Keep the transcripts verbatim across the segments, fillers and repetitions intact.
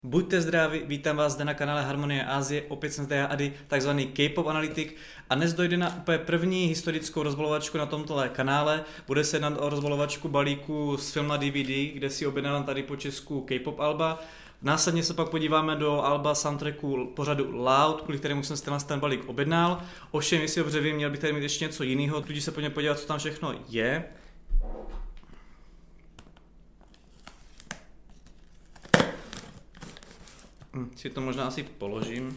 Buďte zdraví, vítám vás zde na kanále Harmonie Asie, opět jsem zde já Ady, takzvaný K-pop analytik a dnes dojde na úplně první historickou rozbalovačku na tomto kanále. Bude se jednat o rozbalovačku balíku z film na D V D, kde si objednávám tady po Česku K-pop alba. Následně se pak podíváme do alba soundtracku pořadu Loud, kvůli kterému jsem si ten balík objednal. Ovšem, jestli dobře vím, měl bych tady mít ještě něco jiného, tudíž se pojďme podívat, co tam všechno je. Hm, si to možná asi položím.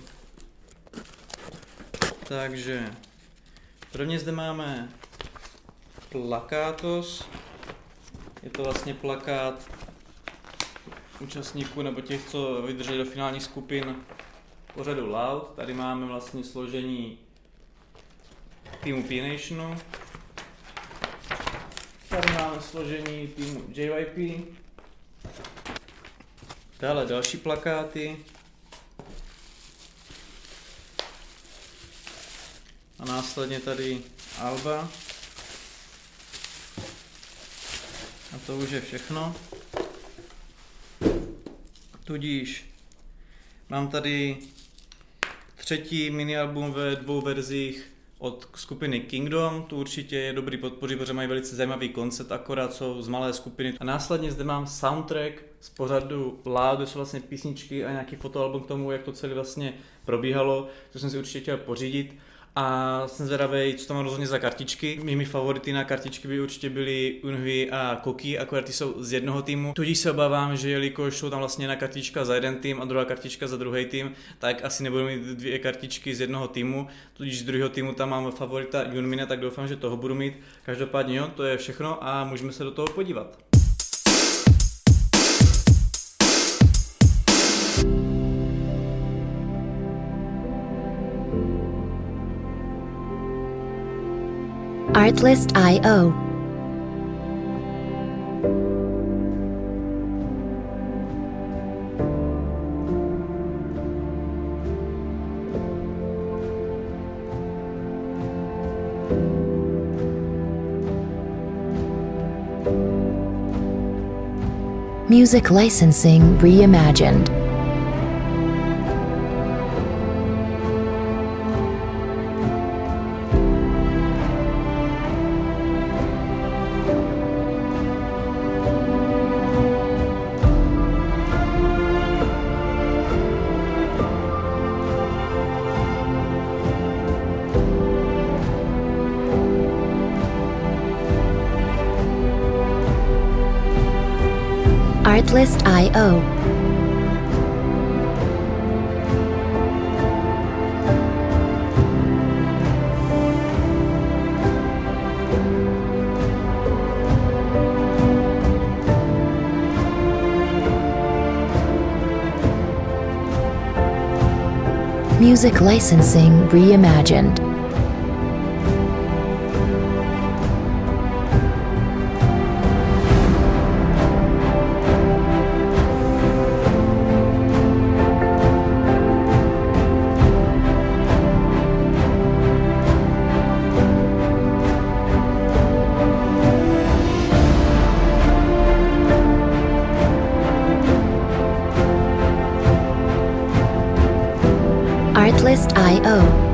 Takže prvně zde máme plakátos. Je to vlastně plakát účastníků nebo těch, co vydrželi do finálních skupin pořadu Loud. Tady máme vlastně složení týmu P-Nationu. Tady máme složení týmu J Y P. Dále další plakáty. A následně tady alba. A to už je všechno. Tudíž mám tady třetí minialbum ve dvou verzích od skupiny Kingdom, tu určitě je dobrý podpořit, protože mají velice zajímavý koncept, akorát jsou z malé skupiny. A následně zde mám soundtrack z pořadu Loud, to jsou vlastně písničky a nějaký fotoalbum k tomu, jak to celé vlastně probíhalo, to jsem si určitě chtěl pořídit. A jsem zvědavý, co tam mám rozhodně za kartičky. Mými favority na kartičky by určitě byly Eunhui a Koki, akorát ty jsou z jednoho týmu. Tudíž se obávám, že jelikož jsou tam vlastně jedna kartička za jeden tým a druhá kartička za druhý tým, tak asi nebudu mít dvě kartičky z jednoho týmu. Tudíž z druhého týmu tam mám favorita Eunmina, tak doufám, že toho budu mít. Každopádně jo, to je všechno a můžeme se do toho podívat. Artlist I O Music licensing reimagined. Artlist I O Music licensing reimagined. Artlist I O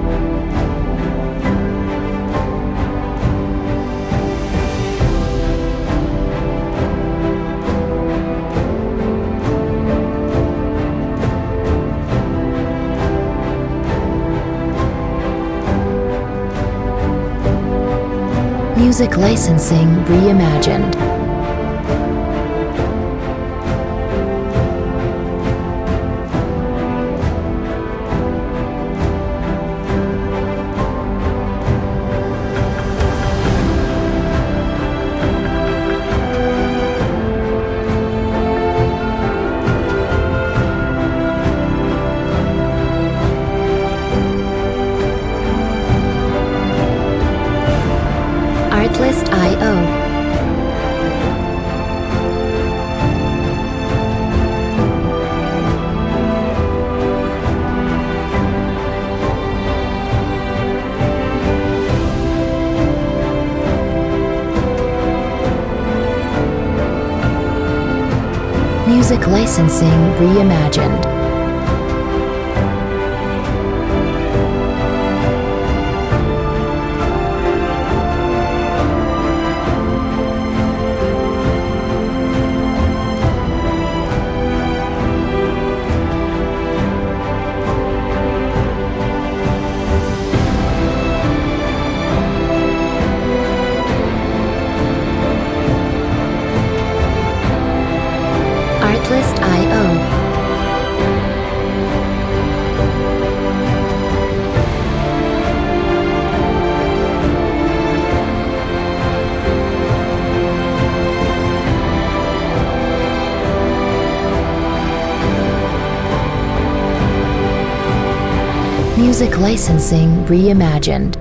Music licensing reimagined. Artlist I O Music licensing reimagined. Artlist dot i o. Music licensing reimagined.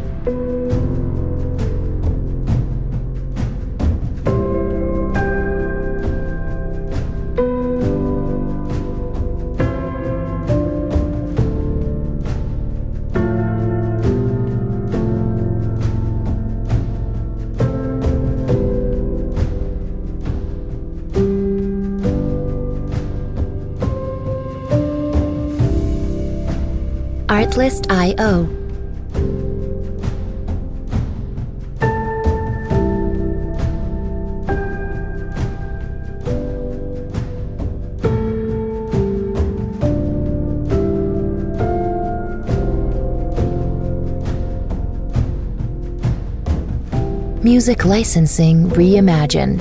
Artlist dot i o. Music licensing reimagined.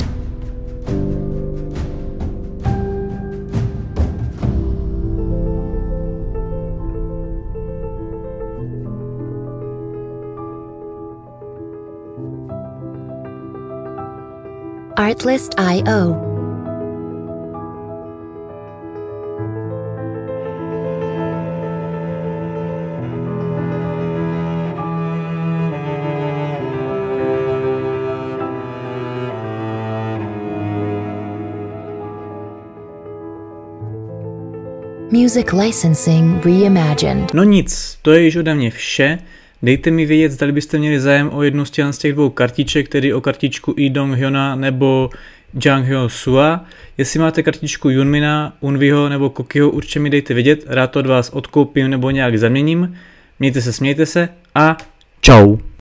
Artlist dot i o. Music licensing reimagined. No nic, to je již ode mě vše. Dejte mi vědět, zda byste měli zájem o jednu z těch dvou kartiček, tedy o kartičku Lee Dong-hyuna nebo Jang Hyo-sua. Jestli máte kartičku Yunmina, Unviho nebo Kokiho, určitě mi dejte vědět, rád to od vás odkoupím nebo nějak zaměním. Mějte se, smějte se a čau.